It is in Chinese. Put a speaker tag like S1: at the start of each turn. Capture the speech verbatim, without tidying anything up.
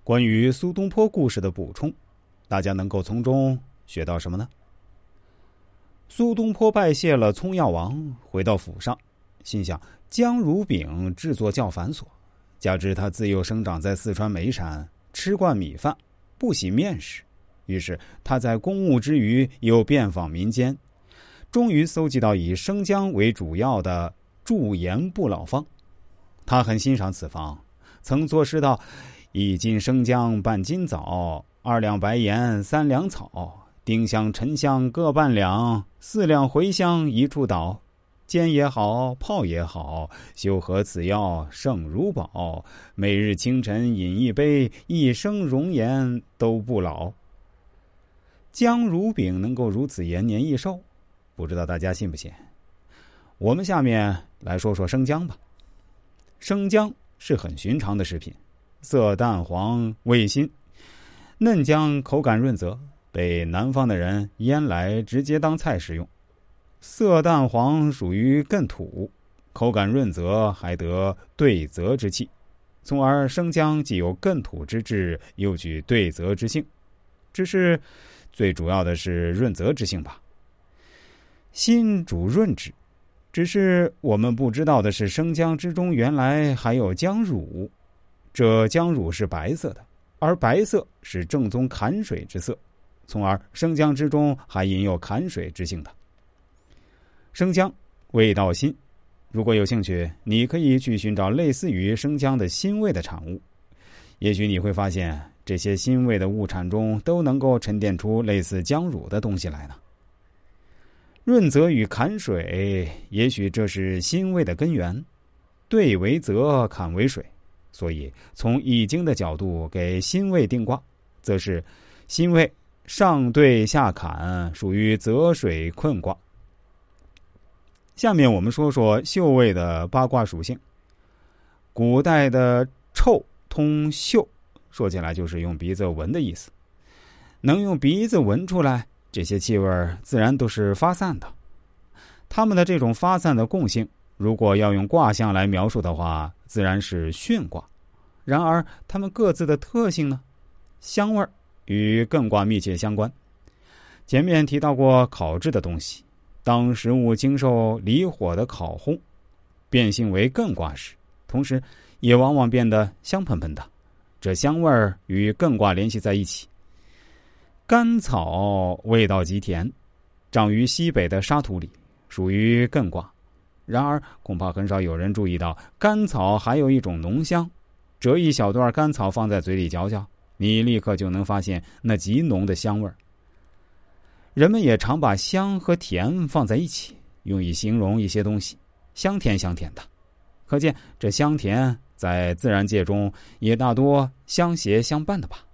S1: 关于苏东坡故事的补充，大家能够从中学到什么呢？苏东坡拜谢了葱药王，回到府上，心想姜乳饼制作较繁琐，加之他自幼生长在四川眉山，吃惯米饭，不喜面食，于是他在公务之余又遍访民间，终于搜集到以生姜为主要的驻颜不老方。他很欣赏此方，曾作诗道：一斤生姜半斤枣，二两白盐三两草，丁香沉香各半两，四两茴香一处倒。煎也好，泡也好，修合此药胜如宝。每日清晨饮一杯，一生容颜都不老。姜乳饼能够如此延年益寿，不知道大家信不信？我们下面来说说生姜吧。生姜是很寻常的食品，色淡黄，味辛，嫩姜口感润泽，被南方的人腌来直接当菜食用。色淡黄属于艮土，口感润泽，还得对泽之气，从而生姜既有艮土之质，又具对泽之性，只是最主要的是润泽之性吧。辛主润之，只是我们不知道的是，生姜之中原来还有姜乳，这姜乳是白色的，而白色是正宗坎水之色，从而生姜之中还隐有坎水之性的。生姜味道辛，如果有兴趣，你可以去寻找类似于生姜的辛味的产物，也许你会发现这些辛味的物产中都能够沉淀出类似姜乳的东西来呢。润泽与坎水，也许这是辛味的根源，对为泽，坎为水，所以从易经的角度给辛味定卦，则是辛味上对下坎，属于泽水困卦。下面我们说说嗅味的八卦属性。古代的臭通嗅，说起来就是用鼻子闻的意思，能用鼻子闻出来，这些气味自然都是发散的。它们的这种发散的共性，如果要用卦象来描述的话，自然是巽卦。然而它们各自的特性呢？香味与艮卦密切相关。前面提到过烤制的东西，当食物经受离火的烤烘，变性为艮卦时，同时也往往变得香喷喷的，这香味与艮卦联系在一起。甘草味道极甜，长于西北的沙土里，属于艮卦。然而恐怕很少有人注意到，甘草还有一种浓香，折一小段甘草放在嘴里嚼嚼，你立刻就能发现那极浓的香味。人们也常把香和甜放在一起，用以形容一些东西，香甜香甜的。可见这香甜在自然界中也大多相携相伴的吧。